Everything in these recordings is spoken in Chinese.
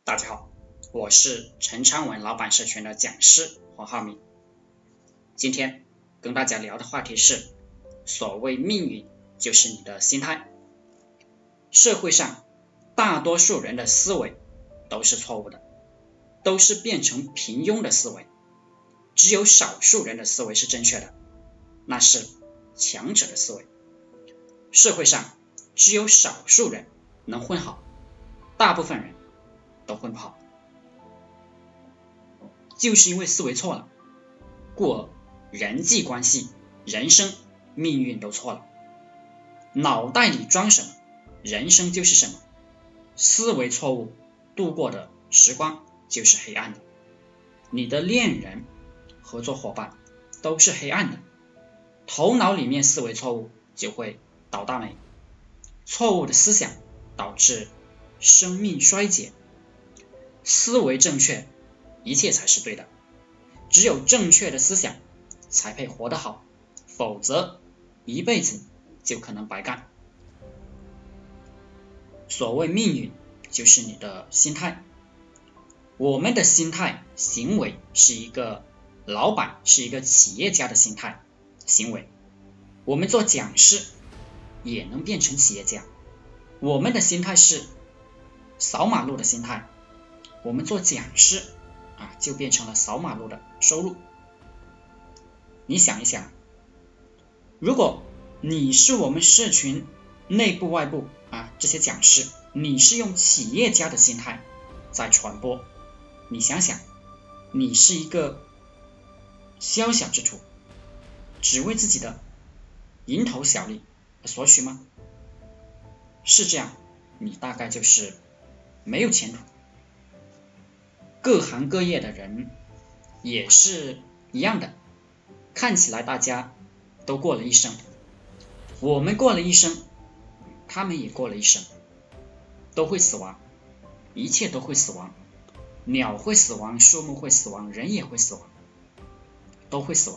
大家好，我是陈昌文老板社群的讲师黄浩明。今天跟大家聊的话题是，所谓命运就是你的心态。社会上大多数人的思维都是错误的，都是变成平庸的思维，只有少数人的思维是正确的，那是强者的思维。社会上只有少数人能混好，大部分人都混不好，就是因为思维错了，故而人际关系、人生、命运都错了。脑袋里装什么，人生就是什么。思维错误，度过的时光就是黑暗的。你的恋人、合作伙伴都是黑暗的。头脑里面思维错误，就会倒大霉。错误的思想导致生命衰竭。思维正确，一切才是对的。只有正确的思想，才配活得好，否则一辈子就可能白干。所谓命运，就是你的心态。我们的心态、行为是一个老板、是一个企业家的心态、行为。我们做讲师也能变成企业家。我们的心态是扫马路的心态，我们做讲师就变成了扫马路的收入。你想一想，如果你是我们社群内部外部这些讲师，你是用企业家的心态在传播，你想想，你是一个宵小之徒，只为自己的蝇头小利索取吗？是这样，你大概就是没有前途。各行各业的人也是一样的，看起来大家都过了一生，我们过了一生，他们也过了一生，都会死亡，一切都会死亡，鸟会死亡，树木会死亡，人也会死亡，都会死亡，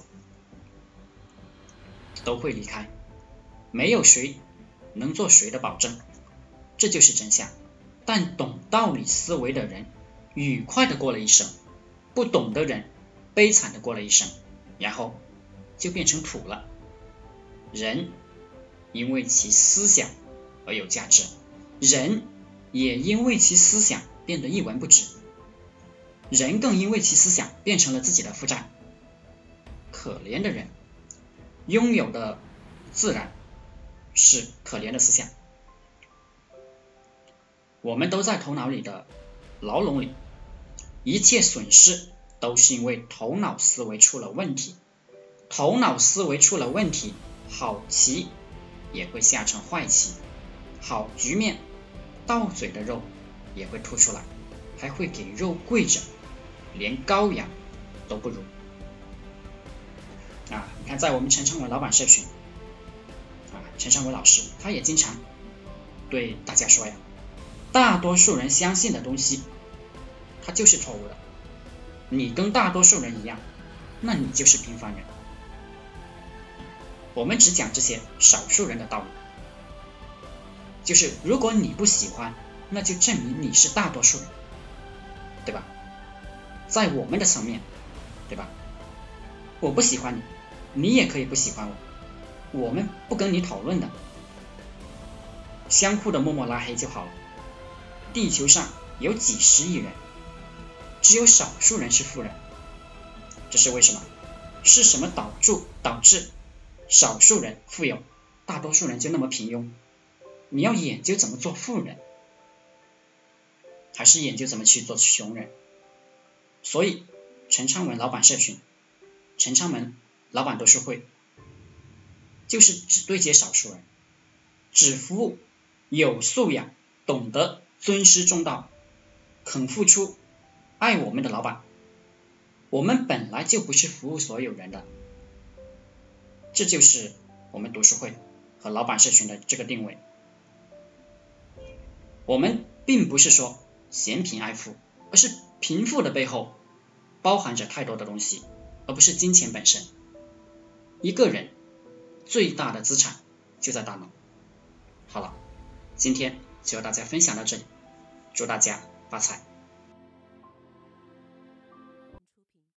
都会离开，没有谁能做谁的保证，这就是真相。但懂道理思维的人愉快的过了一生，不懂的人悲惨的过了一生，然后就变成土了。人因为其思想而有价值，人也因为其思想变得一文不值，人更因为其思想变成了自己的负债。可怜的人拥有的自然是可怜的思想。我们都在头脑里的牢笼里，一切损失都是因为头脑思维出了问题。头脑思维出了问题，好棋也会下成坏棋，好局面到嘴的肉也会吐出来，还会给肉跪着，连羔羊都不如。你看在我们陈昌文老板社群陈昌文老师他也经常对大家说呀，大多数人相信的东西它就是错误的，你跟大多数人一样，那你就是平凡人。我们只讲这些少数人的道理，就是如果你不喜欢，那就证明你是大多数人，对吧？在我们的层面，对吧？我不喜欢你，你也可以不喜欢我，我们不跟你讨论的，相互的默默拉黑就好了。地球上有几十亿人，只有少数人是富人，这是为什么？是什么导致少数人富有，大多数人就那么平庸？你要研究怎么做富人，还是研究怎么去做穷人？所以陈昌文老板社群、陈昌文老板读书会就是只对接少数人，只服务有素养、懂得尊师重道、肯付出、爱我们的老板。我们本来就不是服务所有人的，这就是我们读书会和老板社群的这个定位。我们并不是说嫌贫爱富，而是贫富的背后包含着太多的东西，而不是金钱本身。一个人最大的资产就在大脑。好了，今天就和大家分享到这里，祝大家发财。